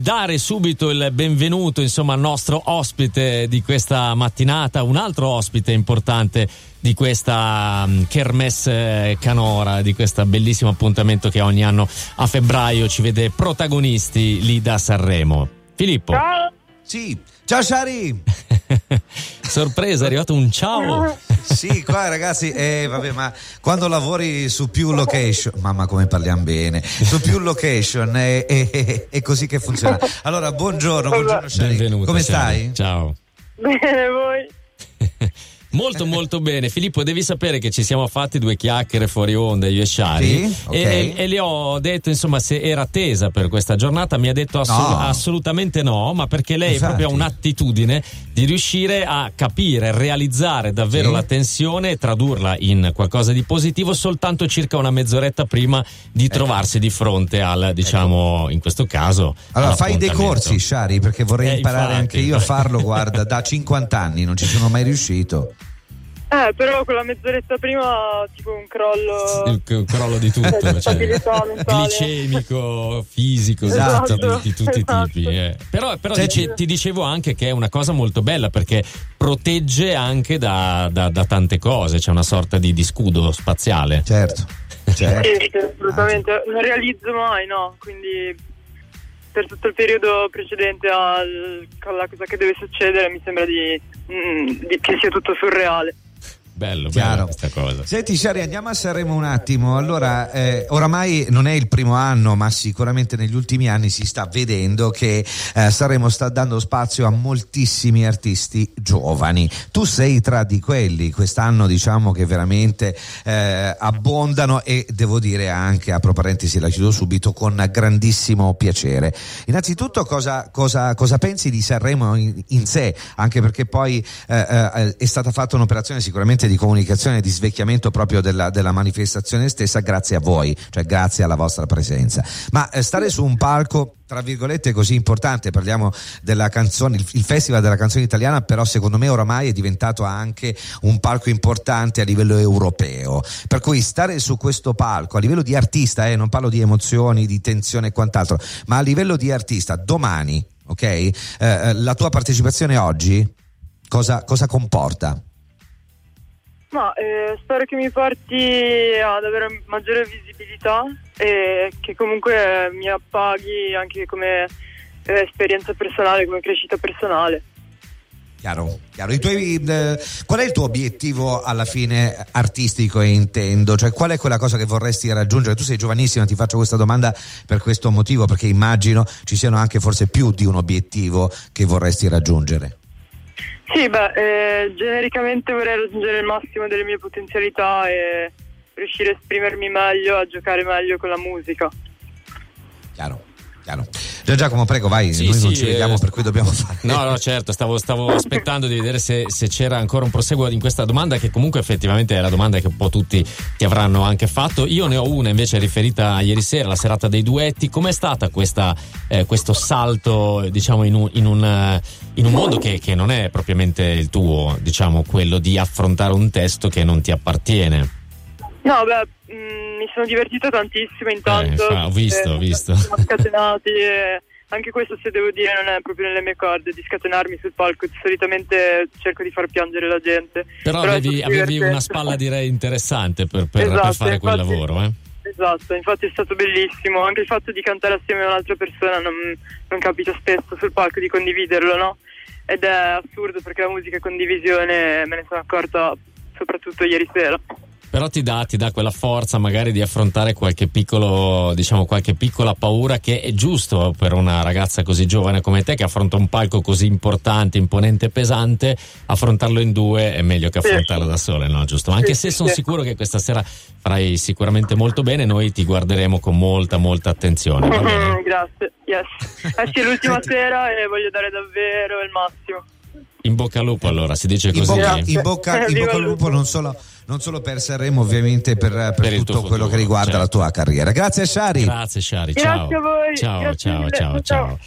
dare subito il benvenuto insomma al nostro ospite di questa mattinata, un altro ospite importante di questa Kermesse Canora, di questo bellissimo appuntamento che ogni anno a febbraio ci vede protagonisti lì da Sanremo. Filippo. Ciao. Sì, ciao Shari. Sorpresa, è arrivato un ciao. Sì, qua ragazzi, vabbè, ma quando lavori su più location, mamma come parliamo bene, su più location è così che funziona. Allora, buongiorno Shari. Benvenuto. Come stai? Ciao. Bene, voi? Molto molto bene. Filippo, devi sapere che ci siamo fatti 2 chiacchiere fuori onda io e Shari, sì? Okay. e le ho detto insomma se era attesa per questa giornata. Mi ha detto assolutamente no, ma perché lei proprio ha un'attitudine di riuscire a capire, realizzare davvero la tensione e tradurla in qualcosa di positivo soltanto circa una mezz'oretta prima di trovarsi di fronte al, diciamo, in questo caso. Allora fai dei corsi, Shari, perché vorrei imparare infatti, anche io a farlo, guarda, da 50 anni non ci sono mai riuscito. Però con la mezz'oretta prima tipo un crollo. Un crollo di tutto, cioè, glicemico, fisico, esatto. di tutti i tipi. Però ti dicevo anche che è una cosa molto bella perché protegge anche da tante cose, c'è una sorta di scudo spaziale. Certo. Sì, assolutamente. Non realizzo mai, no? Quindi per tutto il periodo precedente alla cosa che deve succedere mi sembra che sia tutto surreale. Bello questa cosa. Senti Shari, andiamo a Sanremo un attimo. Allora, oramai non è il primo anno, ma sicuramente negli ultimi anni si sta vedendo che Sanremo sta dando spazio a moltissimi artisti giovani. Tu sei tra di quelli, quest'anno diciamo che veramente abbondano, e devo dire anche, apro parentesi, la chiudo subito, con grandissimo piacere. Innanzitutto cosa pensi di Sanremo in sé? Anche perché poi è stata fatta un'operazione sicuramente di comunicazione, di svecchiamento proprio della manifestazione stessa, grazie a voi, cioè grazie alla vostra presenza. Ma stare su un palco tra virgolette così importante, parliamo della canzone, il Festival della canzone italiana, però secondo me oramai è diventato anche un palco importante a livello europeo, per cui stare su questo palco a livello di artista, non parlo di emozioni, di tensione e quant'altro, ma a livello di artista, domani, ok? La tua partecipazione oggi cosa comporta? Ma spero che mi porti ad avere maggiore visibilità e che comunque mi appaghi anche come esperienza personale, come crescita personale. Chiaro. Qual è il tuo obiettivo alla fine artistico, intendo? Cioè, qual è quella cosa che vorresti raggiungere? Tu sei giovanissima, ti faccio questa domanda per questo motivo, perché immagino ci siano anche forse più di un obiettivo che vorresti raggiungere. Sì, genericamente vorrei raggiungere il massimo delle mie potenzialità e riuscire a esprimermi meglio, a giocare meglio con la musica. Chiaro. Giacomo, prego, vai, noi non ci vediamo, per cui dobbiamo fare. No, certo, stavo aspettando di vedere se c'era ancora un proseguo in questa domanda, che comunque effettivamente è la domanda che un po' tutti ti avranno anche fatto. Io ne ho una invece riferita a ieri sera, la serata dei duetti. Com'è stata questo salto, diciamo, in un mondo che non è propriamente il tuo, diciamo, quello di affrontare un testo che non ti appartiene? No, mi sono divertito tantissimo intanto. Ho visto. Siamo scatenati e anche questo, se devo dire, non è proprio nelle mie corde, di scatenarmi sul palco. Solitamente cerco di far piangere la gente. Però avevi una spalla, direi, interessante per fare quel lavoro, Esatto, infatti è stato bellissimo. Anche il fatto di cantare assieme a un'altra persona non capita spesso sul palco, di condividerlo, no? Ed è assurdo perché la musica è condivisione, me ne sono accorta soprattutto ieri sera. Però ti dà quella forza magari di affrontare qualche piccola paura, che è giusto per una ragazza così giovane come te, che affronta un palco così importante, imponente, pesante. Affrontarlo in due è meglio che affrontarlo da sole, no? Giusto? Anche se sono sicuro che questa sera farai sicuramente molto bene, noi ti guarderemo con molta attenzione. Va bene? Grazie, yes. Sì, è l'ultima sera e voglio dare davvero il massimo. In bocca al lupo, allora, si dice così. In bocca al lupo, non solo per Sanremo, ovviamente per tutto quello che riguarda la tua carriera. Grazie Shari. Grazie Shari, ciao. Grazie a voi. Ciao.